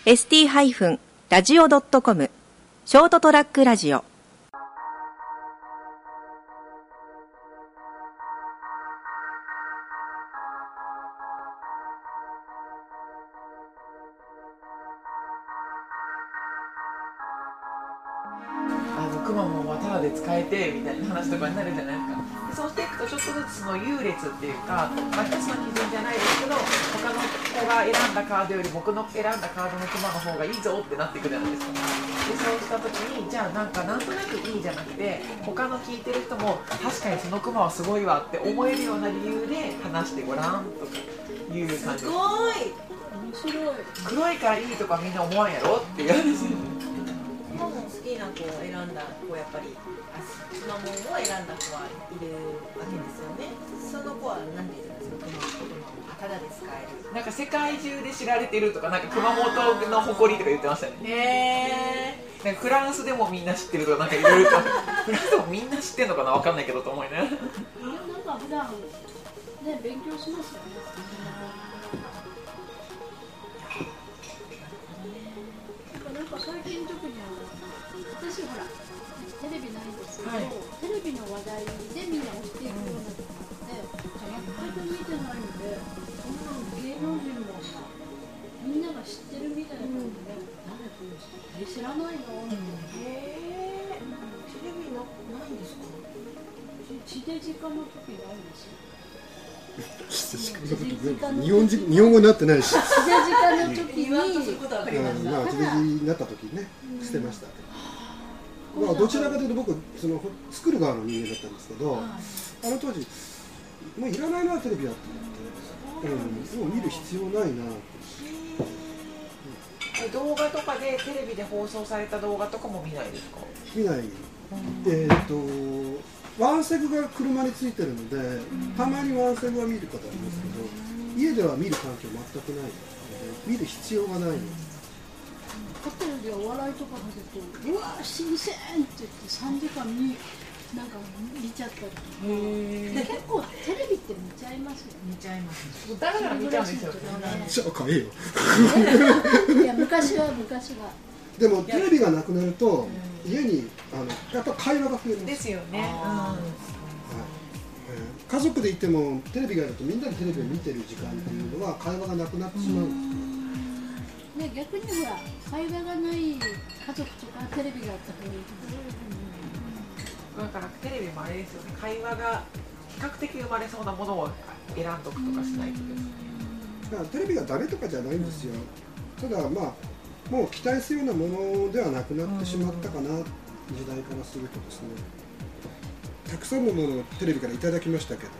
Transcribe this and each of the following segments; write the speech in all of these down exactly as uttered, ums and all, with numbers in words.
エスティー ラジオ ドットコム ショートトラックラジオ。 くまモンはタダで使えてみたいな話とかになるじゃないですか。でそうしていくとちょっとずつその優劣っていうか、まあ、一つの基準じゃないですけど、他の子が選んだカードより僕の選んだカードのクマの方がいいぞってなっていくじゃないですか。でそうした時にじゃあなんかなんとなくいいじゃなくて、他の聞いてる人も確かにそのクマはすごいわって思えるような理由で話してごらんとかいう感じです。 すごい面白い。 黒いからいいとかみんな思わんやろっていう話。 くまモン好きな子を選んだ子、やっぱりくまモンを選んだ子はいるわけですよね。その子は何て言うんですか、くまモンただで使える。 なんか世界中で知られてるとか、なんか熊本の誇りとか言ってましたね。 へー。なんかフランスでもみんな知ってるとか、なんかいろいろとフランスでもみんな知ってるのかな、わかんないけどと思いね。 なんか普段ね勉強しますよね。なんか最近特にあの私ほらテレビないんですけど、はい、テレビの話題でみんな押していくようなところって全く見てないので、そんなの芸能人もみんなが知ってるみたいな感じで、誰この人え知らないの、うん、 へえ、テレビのないんですか。 地デジ化の時ないんですよ。 日本人日本語になってないし。 地デジ化の時に言わんとすることは分かりました。 まあ地デジになった時にね、捨てました。まあどちらかというと僕その作る側の人間だったんですけど、あの当時もういらないなテレビだと思って、うん、もう見る必要ないな。 動画とかでテレビで放送された動画とかも見ないですか。 見ない。えっとワンセグが車についてるので、たまにワンセグは見ることありますけど、家では見る環境全くないので、見る必要がないので。 ホテルでお笑いとかが出て、うわー新鮮って言ってさんじかん見なんか見ちゃったりとか。結構テレビって見ちゃいますよね。 見ちゃいます。 だから見ちゃうんですよね。 じゃあ買えよ。 いや昔は昔は。 でもテレビがなくなると家にあのやっぱ会話が増えます。 ですよね。 家族でいてもテレビがあるとみんなでテレビを見てる時間っていうのは会話がなくなってしまうんです。 ね、逆にほら会話がない家族とかテレビがあった方がいい。 だからテレビもあれですよね、会話が比較的生まれそうなものを選んどくとかしないとですね。 だからテレビがダメとかじゃないんですよ。ただまあもう期待するようなものではなくなってしまったかな、時代からするとですね。たくさんのものをテレビからいただきましたけど、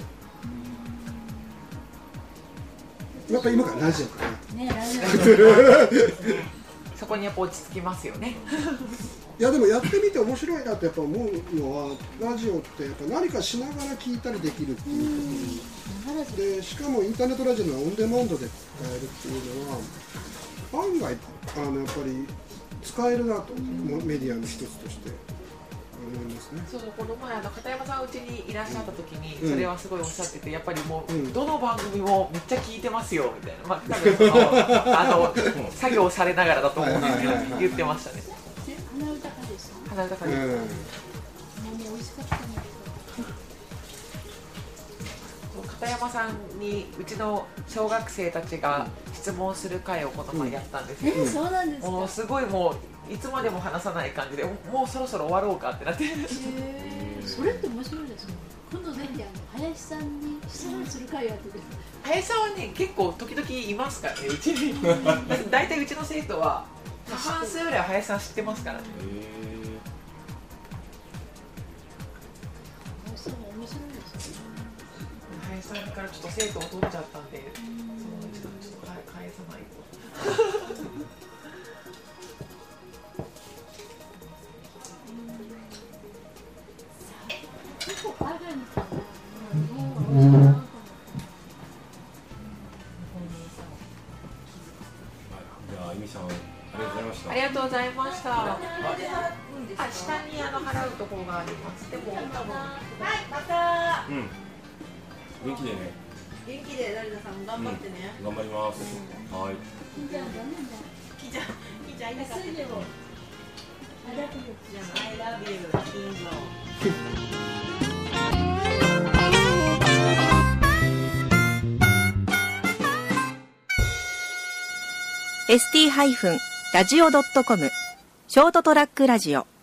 やっぱり今からラジオかな。 ね、ラジオ。 そこにやっぱ落ち着きますよね。 いやでもやってみて面白いなってやっぱ思うのは、ラジオってやっぱ何かしながら聞いたりできるっていうことで、しかもインターネットラジオのオンデマンドで使えるっていうのは案外あのやっぱり使えるなと、メディアの一つとして思いますね。 そうこの前あの片山さんうちにいらっしゃった時に、うん、それはすごいおっしゃってて、やっぱりもう、うん、どの番組もめっちゃ聞いてますよみたいな、まあ多分そのあの作業されながらだと思うんですけど言ってましたね。 鼻歌かです。 鼻歌かです。うん、 もうね美味しかったね。 片山さんにうちの小学生たちが質問する会をこの前やったんですけど、 うん、えそうなんですか。 もうすごいもういつまでも話さない感じで、もうそろそろ終わろうかってなって。へー、それって面白いですね。今度ぜひあの林さんに質問する会をやってください。 林さんはね結構時々いますからね、うちに。だいたいうちの生徒は半数ぐらいは林さん知ってますからね。 林さんも面白いですね。 林さんからちょっと生徒を取っちゃったんで、その一度ちょっと返さないと。 結構海外の人は日本はじゃあ、あゆみさん、ありがとうございました。 ありがとうございました。 あ、 下にあの払うところがあります。でも多分。 はい、また。 うん。元気でね。 元気で成田さん頑張ってね。 頑張ります。はい。 じゃあダメだ。 きちゃんきちゃんいなかったけど I love you 金城エスティー ラジオ ドットコム ショートトラックラジオ